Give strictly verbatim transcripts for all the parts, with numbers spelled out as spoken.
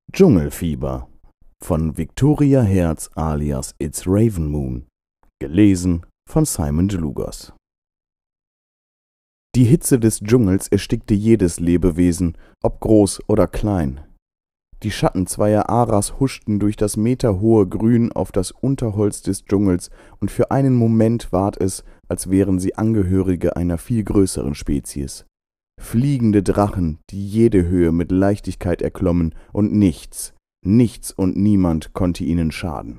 Dschungelfieber von Victoria Herz alias It's Raven Moon. Gelesen von Simon Dlugos. Die Hitze des Dschungels erstickte jedes Lebewesen, ob groß oder klein. Die Schatten zweier Aras huschten durch das meterhohe Grün auf das Unterholz des Dschungels, und für einen Moment ward es, als wären sie Angehörige einer viel größeren Spezies. Fliegende Drachen, die jede Höhe mit Leichtigkeit erklommen, und nichts, nichts und niemand konnte ihnen schaden.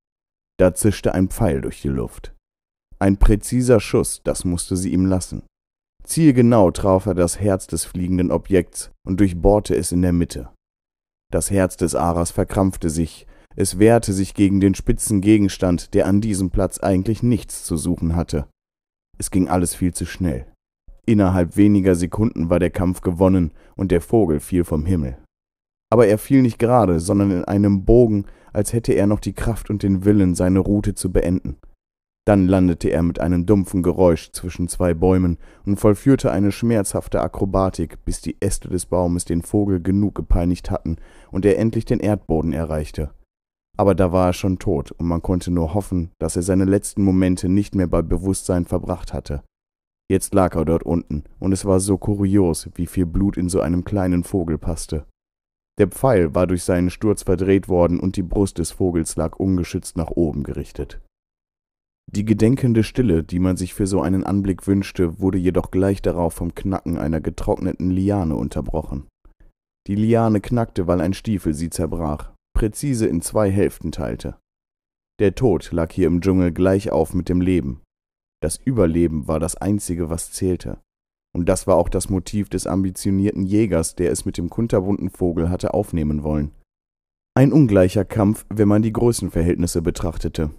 Da zischte ein Pfeil durch die Luft. Ein präziser Schuss, das musste sie ihm lassen. Zielgenau traf er das Herz des fliegenden Objekts und durchbohrte es in der Mitte. Das Herz des Aras verkrampfte sich, es wehrte sich gegen den spitzen Gegenstand, der an diesem Platz eigentlich nichts zu suchen hatte. Es ging alles viel zu schnell. Innerhalb weniger Sekunden war der Kampf gewonnen und der Vogel fiel vom Himmel. Aber er fiel nicht gerade, sondern in einem Bogen, als hätte er noch die Kraft und den Willen, seine Route zu beenden. Dann landete er mit einem dumpfen Geräusch zwischen zwei Bäumen und vollführte eine schmerzhafte Akrobatik, bis die Äste des Baumes den Vogel genug gepeinigt hatten und er endlich den Erdboden erreichte. Aber da war er schon tot, und man konnte nur hoffen, dass er seine letzten Momente nicht mehr bei Bewusstsein verbracht hatte. Jetzt lag er dort unten, und es war so kurios, wie viel Blut in so einem kleinen Vogel passte. Der Pfeil war durch seinen Sturz verdreht worden, und die Brust des Vogels lag ungeschützt nach oben gerichtet. Die gedenkende Stille, die man sich für so einen Anblick wünschte, wurde jedoch gleich darauf vom Knacken einer getrockneten Liane unterbrochen. Die Liane knackte, weil ein Stiefel sie zerbrach, präzise in zwei Hälften teilte. Der Tod lag hier im Dschungel gleich auf mit dem Leben. Das Überleben war das Einzige, was zählte. Und das war auch das Motiv des ambitionierten Jägers, der es mit dem kunterbunten Vogel hatte aufnehmen wollen. Ein ungleicher Kampf, wenn man die Größenverhältnisse betrachtete.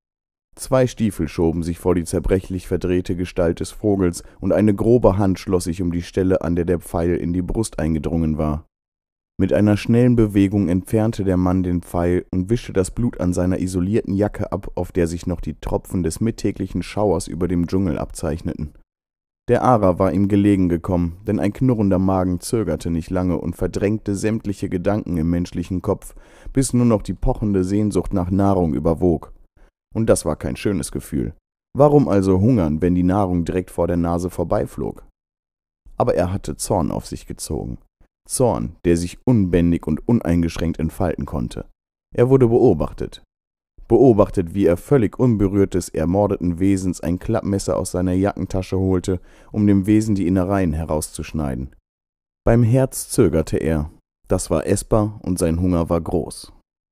Zwei Stiefel schoben sich vor die zerbrechlich verdrehte Gestalt des Vogels, und eine grobe Hand schloss sich um die Stelle, an der der Pfeil in die Brust eingedrungen war. Mit einer schnellen Bewegung entfernte der Mann den Pfeil und wischte das Blut an seiner isolierten Jacke ab, auf der sich noch die Tropfen des mittäglichen Schauers über dem Dschungel abzeichneten. Der Ara war ihm gelegen gekommen, denn ein knurrender Magen zögerte nicht lange und verdrängte sämtliche Gedanken im menschlichen Kopf, bis nur noch die pochende Sehnsucht nach Nahrung überwog. Und das war kein schönes Gefühl. Warum also hungern, wenn die Nahrung direkt vor der Nase vorbeiflog? Aber er hatte Zorn auf sich gezogen. Zorn, der sich unbändig und uneingeschränkt entfalten konnte. Er wurde beobachtet. Beobachtet, wie er völlig unberührt des ermordeten Wesens ein Klappmesser aus seiner Jackentasche holte, um dem Wesen die Innereien herauszuschneiden. Beim Herz zögerte er. Das war essbar und sein Hunger war groß.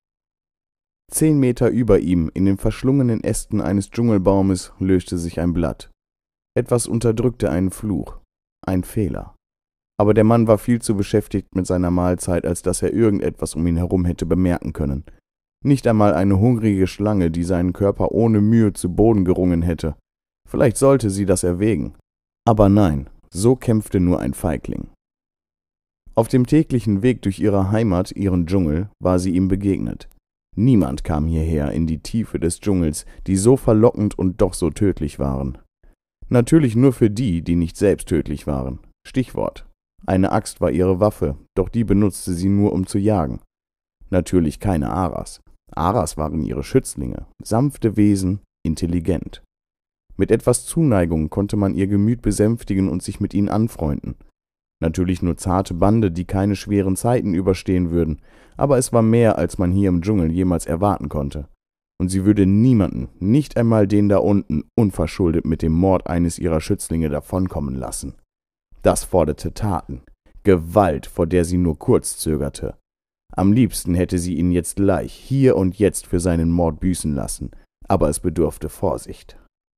Zehn Meter über ihm, in den verschlungenen Ästen eines Dschungelbaumes, löste sich ein Blatt. Etwas unterdrückte einen Fluch. Ein Fehler. Aber der Mann war viel zu beschäftigt mit seiner Mahlzeit, als dass er irgendetwas um ihn herum hätte bemerken können. Nicht einmal eine hungrige Schlange, die seinen Körper ohne Mühe zu Boden gerungen hätte. Vielleicht sollte sie das erwägen. Aber nein, so kämpfte nur ein Feigling. Auf dem täglichen Weg durch ihre Heimat, ihren Dschungel, war sie ihm begegnet. Niemand kam hierher in die Tiefe des Dschungels, die so verlockend und doch so tödlich waren. Natürlich nur für die, die nicht selbst tödlich waren. Stichwort. Eine Axt war ihre Waffe, doch die benutzte sie nur, um zu jagen. Natürlich keine Aras. Aras waren ihre Schützlinge, sanfte Wesen, intelligent. Mit etwas Zuneigung konnte man ihr Gemüt besänftigen und sich mit ihnen anfreunden. Natürlich nur zarte Bande, die keine schweren Zeiten überstehen würden, aber es war mehr, als man hier im Dschungel jemals erwarten konnte. Und sie würde niemanden, nicht einmal den da unten, unverschuldet mit dem Mord eines ihrer Schützlinge davonkommen lassen. Das forderte Taten, Gewalt, vor der sie nur kurz zögerte. Am liebsten hätte sie ihn jetzt gleich, hier und jetzt für seinen Mord büßen lassen, aber es bedurfte Vorsicht.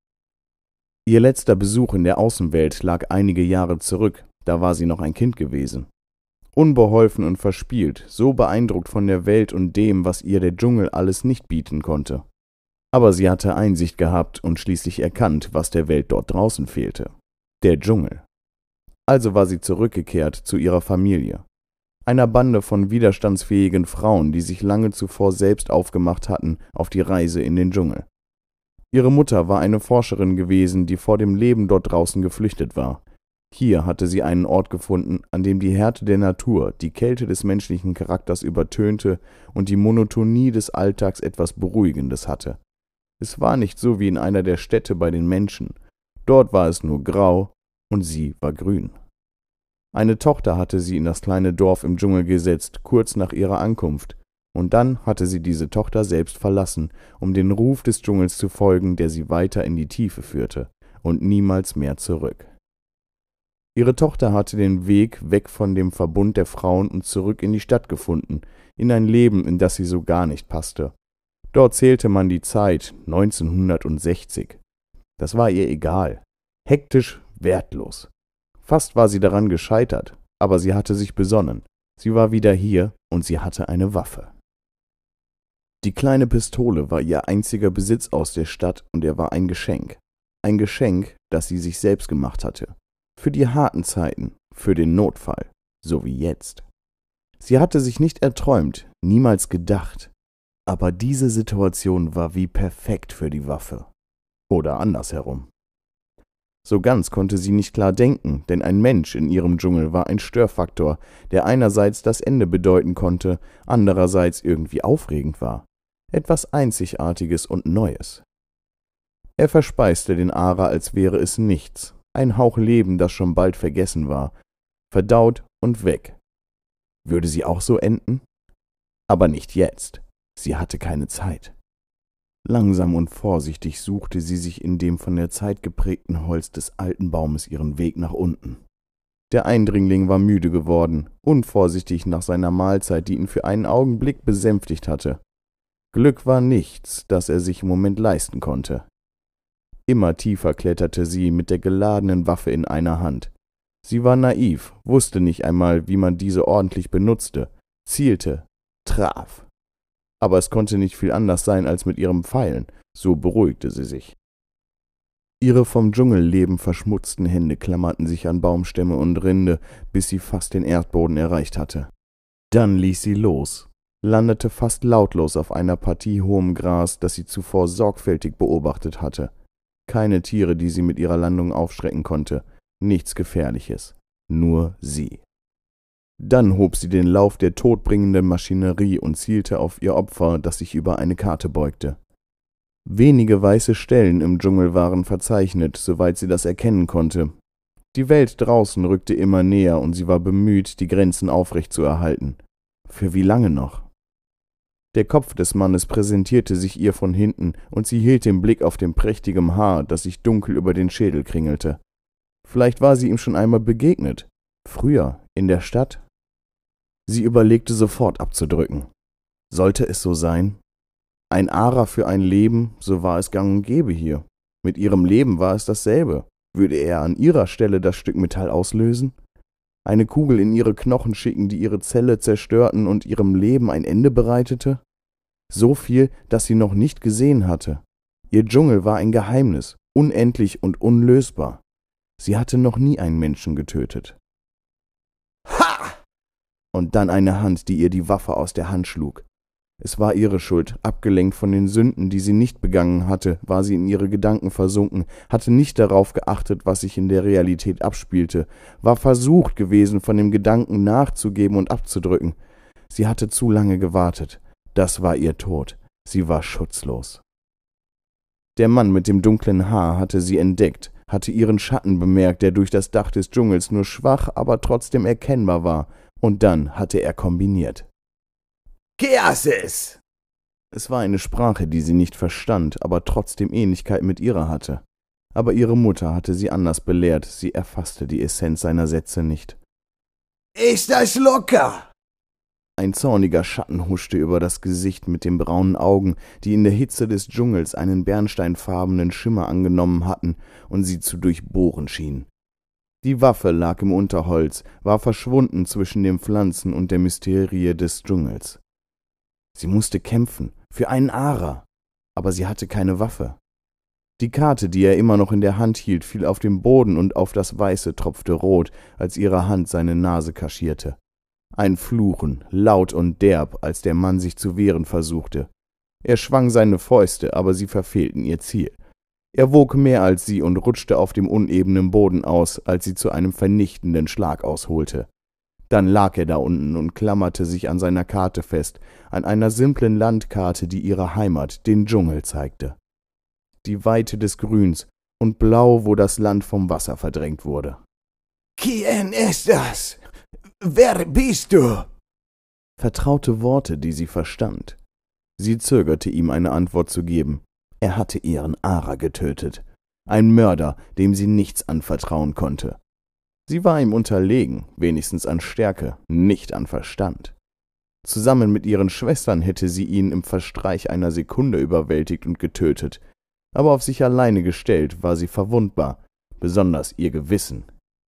Ihr letzter Besuch in der Außenwelt lag einige Jahre zurück, da war sie noch ein Kind gewesen. Unbeholfen und verspielt, so beeindruckt von der Welt und dem, was ihr der Dschungel alles nicht bieten konnte. Aber sie hatte Einsicht gehabt und schließlich erkannt, was der Welt dort draußen fehlte. Der Dschungel. Also war sie zurückgekehrt zu ihrer Familie. Einer Bande von widerstandsfähigen Frauen, die sich lange zuvor selbst aufgemacht hatten auf die Reise in den Dschungel. Ihre Mutter war eine Forscherin gewesen, die vor dem Leben dort draußen geflüchtet war. Hier hatte sie einen Ort gefunden, an dem die Härte der Natur die Kälte des menschlichen Charakters übertönte und die Monotonie des Alltags etwas Beruhigendes hatte. Es war nicht so wie in einer der Städte bei den Menschen. Dort war es nur grau und sie war grün. Eine Tochter hatte sie in das kleine Dorf im Dschungel gesetzt, kurz nach ihrer Ankunft, und dann hatte sie diese Tochter selbst verlassen, um den Ruf des Dschungels zu folgen, der sie weiter in die Tiefe führte, und niemals mehr zurück. Ihre Tochter hatte den Weg weg von dem Verbund der Frauen und zurück in die Stadt gefunden, in ein Leben, in das sie so gar nicht passte. Dort zählte man die Zeit, neunzehnhundertsechzig. Das war ihr egal. Hektisch, wertlos. Fast war sie daran gescheitert, aber sie hatte sich besonnen. Sie war wieder hier und sie hatte eine Waffe. Die kleine Pistole war ihr einziger Besitz aus der Stadt und er war ein Geschenk. Ein Geschenk, das sie sich selbst gemacht hatte. Für die harten Zeiten, für den Notfall, so wie jetzt. Sie hatte sich nicht erträumt, niemals gedacht. Aber diese Situation war wie perfekt für die Waffe. Oder andersherum. So ganz konnte sie nicht klar denken, denn ein Mensch in ihrem Dschungel war ein Störfaktor, der einerseits das Ende bedeuten konnte, andererseits irgendwie aufregend war. Etwas Einzigartiges und Neues. Er verspeiste den Ara, als wäre es nichts, ein Hauch Leben, das schon bald vergessen war, verdaut und weg. Würde sie auch so enden? Aber nicht jetzt. Sie hatte keine Zeit. Langsam und vorsichtig suchte sie sich in dem von der Zeit geprägten Holz des alten Baumes ihren Weg nach unten. Der Eindringling war müde geworden, unvorsichtig nach seiner Mahlzeit, die ihn für einen Augenblick besänftigt hatte. Glück war nichts, das er sich im Moment leisten konnte. Immer tiefer kletterte sie mit der geladenen Waffe in einer Hand. Sie war naiv, wusste nicht einmal, wie man diese ordentlich benutzte, zielte, traf. Aber es konnte nicht viel anders sein als mit ihrem Pfeilen, so beruhigte sie sich. Ihre vom Dschungelleben verschmutzten Hände klammerten sich an Baumstämme und Rinde, bis sie fast den Erdboden erreicht hatte. Dann ließ sie los, landete fast lautlos auf einer Partie hohem Gras, das sie zuvor sorgfältig beobachtet hatte. Keine Tiere, die sie mit ihrer Landung aufschrecken konnte, nichts Gefährliches, nur sie. Dann hob sie den Lauf der todbringenden Maschinerie und zielte auf ihr Opfer, das sich über eine Karte beugte. Wenige weiße Stellen im Dschungel waren verzeichnet, soweit sie das erkennen konnte. Die Welt draußen rückte immer näher und sie war bemüht, die Grenzen aufrechtzuerhalten. Für wie lange noch? Der Kopf des Mannes präsentierte sich ihr von hinten und sie hielt den Blick auf dem prächtigen Haar, das sich dunkel über den Schädel kringelte. Vielleicht war sie ihm schon einmal begegnet. Früher, in der Stadt? Sie überlegte sofort abzudrücken. Sollte es so sein? Ein Ara für ein Leben, so war es gang und gäbe hier. Mit ihrem Leben war es dasselbe. Würde er an ihrer Stelle das Stück Metall auslösen? Eine Kugel in ihre Knochen schicken, die ihre Zelle zerstörten und ihrem Leben ein Ende bereitete? So viel, dass sie noch nicht gesehen hatte. Ihr Dschungel war ein Geheimnis, unendlich und unlösbar. Sie hatte noch nie einen Menschen getötet. Ha! Und dann eine Hand, die ihr die Waffe aus der Hand schlug. Es war ihre Schuld, abgelenkt von den Sünden, die sie nicht begangen hatte, war sie in ihre Gedanken versunken, hatte nicht darauf geachtet, was sich in der Realität abspielte, war versucht gewesen, von dem Gedanken nachzugeben und abzudrücken. Sie hatte zu lange gewartet. Das war ihr Tod. Sie war schutzlos. Der Mann mit dem dunklen Haar hatte sie entdeckt, hatte ihren Schatten bemerkt, der durch das Dach des Dschungels nur schwach, aber trotzdem erkennbar war, und dann hatte er kombiniert. ¿Qué haces? Es war eine Sprache, die sie nicht verstand, aber trotzdem Ähnlichkeit mit ihrer hatte. Aber ihre Mutter hatte sie anders belehrt, sie erfasste die Essenz seiner Sätze nicht. »Estás loca!« Ein zorniger Schatten huschte über das Gesicht mit den braunen Augen, die in der Hitze des Dschungels einen bernsteinfarbenen Schimmer angenommen hatten und sie zu durchbohren schienen. Die Waffe lag im Unterholz, war verschwunden zwischen den Pflanzen und der Mysterie des Dschungels. Sie musste kämpfen, für einen Ara, aber sie hatte keine Waffe. Die Karte, die er immer noch in der Hand hielt, fiel auf den Boden und auf das Weiße tropfte rot, als ihre Hand seine Nase kaschierte. Ein Fluchen, laut und derb, als der Mann sich zu wehren versuchte. Er schwang seine Fäuste, aber sie verfehlten ihr Ziel. Er wog mehr als sie und rutschte auf dem unebenen Boden aus, als sie zu einem vernichtenden Schlag ausholte. Dann lag er da unten und klammerte sich an seiner Karte fest, an einer simplen Landkarte, die ihre Heimat, den Dschungel, zeigte. Die Weite des Grüns und Blau, wo das Land vom Wasser verdrängt wurde. »Quién das? Wer bist du?« Vertraute Worte, die sie verstand. Sie zögerte, ihm eine Antwort zu geben. Er hatte ihren Ara getötet. Ein Mörder, dem sie nichts anvertrauen konnte. Sie war ihm unterlegen, wenigstens an Stärke, nicht an Verstand. Zusammen mit ihren Schwestern hätte sie ihn im Verstreich einer Sekunde überwältigt und getötet. Aber auf sich alleine gestellt war sie verwundbar, besonders ihr Gewissen.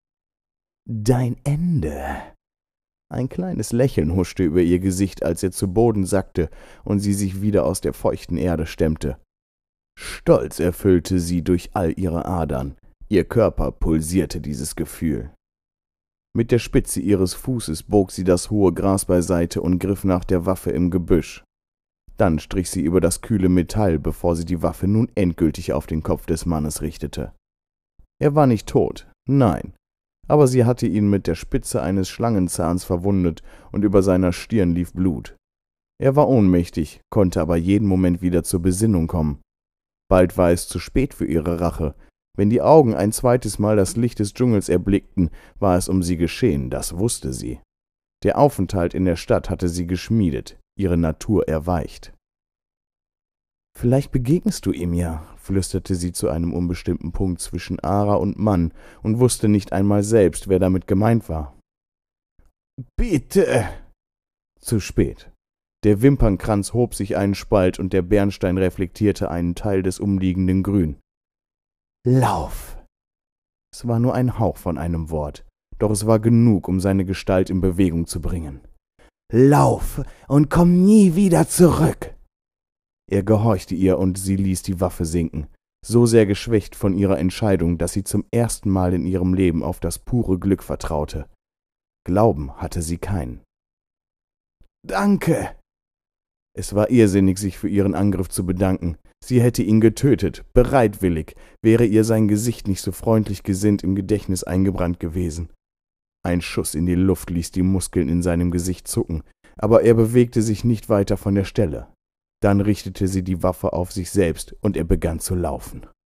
»Dein Ende«, ein kleines Lächeln huschte über ihr Gesicht, als er zu Boden sackte und sie sich wieder aus der feuchten Erde stemmte. Stolz erfüllte sie durch all ihre Adern, ihr Körper pulsierte dieses Gefühl. Mit der Spitze ihres Fußes bog sie das hohe Gras beiseite und griff nach der Waffe im Gebüsch. Dann strich sie über das kühle Metall, bevor sie die Waffe nun endgültig auf den Kopf des Mannes richtete. Er war nicht tot, nein, aber sie hatte ihn mit der Spitze eines Schlangenzahns verwundet und über seiner Stirn lief Blut. Er war ohnmächtig, konnte aber jeden Moment wieder zur Besinnung kommen. Bald war es zu spät für ihre Rache. Wenn die Augen ein zweites Mal das Licht des Dschungels erblickten, war es um sie geschehen, das wusste sie. Der Aufenthalt in der Stadt hatte sie geschmiedet, ihre Natur erweicht. »Vielleicht begegnest du ihm ja«, flüsterte sie zu einem unbestimmten Punkt zwischen Ara und Mann und wusste nicht einmal selbst, wer damit gemeint war. »Bitte!« Zu spät. Der Wimpernkranz hob sich einen Spalt und der Bernstein reflektierte einen Teil des umliegenden Grün. »Lauf!« Es war nur ein Hauch von einem Wort, doch es war genug, um seine Gestalt in Bewegung zu bringen. »Lauf und komm nie wieder zurück!« Er gehorchte ihr und sie ließ die Waffe sinken, so sehr geschwächt von ihrer Entscheidung, dass sie zum ersten Mal in ihrem Leben auf das pure Glück vertraute. Glauben hatte sie keinen. »Danke!« Es war irrsinnig, sich für ihren Angriff zu bedanken. Sie hätte ihn getötet, bereitwillig, wäre ihr sein Gesicht nicht so freundlich gesinnt im Gedächtnis eingebrannt gewesen. Ein Schuss in die Luft ließ die Muskeln in seinem Gesicht zucken, aber er bewegte sich nicht weiter von der Stelle. Dann richtete sie die Waffe auf sich selbst und er begann zu laufen.